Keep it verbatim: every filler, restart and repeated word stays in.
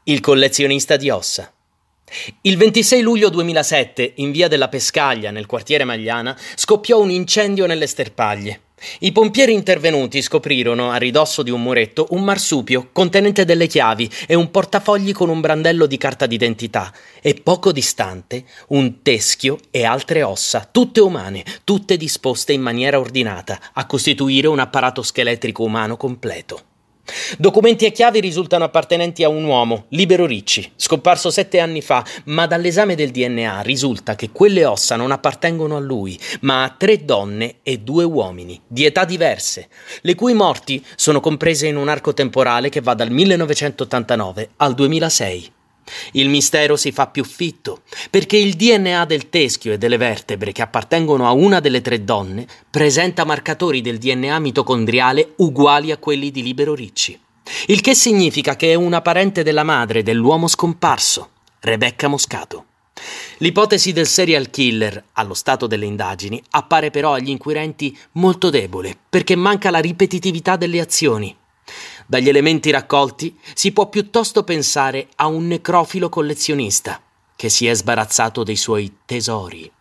Il collezionista di ossa. Il ventisei luglio duemilasette, in via della Pescaglia, nel quartiere Magliana, scoppiò un incendio nelle sterpaglie. I pompieri intervenuti scoprirono, a ridosso di un muretto, un marsupio contenente delle chiavi e un portafogli con un brandello di carta d'identità e poco distante un teschio e altre ossa, tutte umane, tutte disposte in maniera ordinata, a costituire un apparato scheletrico umano completo. Documenti e chiavi risultano appartenenti a un uomo, Libero Ricci, scomparso sette anni fa, ma dall'esame del D N A risulta che quelle ossa non appartengono a lui, ma a tre donne e due uomini, di età diverse, le cui morti sono comprese in un arco temporale che va dal millenovecentottantanove al duemilasei. Il mistero si fa più fitto, perché il D N A del teschio e delle vertebre che appartengono a una delle tre donne presenta marcatori del D N A mitocondriale uguali a quelli di Libero Ricci, il che significa che è una parente della madre dell'uomo scomparso, Rebecca Moscato. L'ipotesi del serial killer, allo stato delle indagini, appare però agli inquirenti molto debole, perché manca la ripetitività delle azioni. Dagli elementi raccolti si può piuttosto pensare a un necrofilo collezionista che si è sbarazzato dei suoi tesori.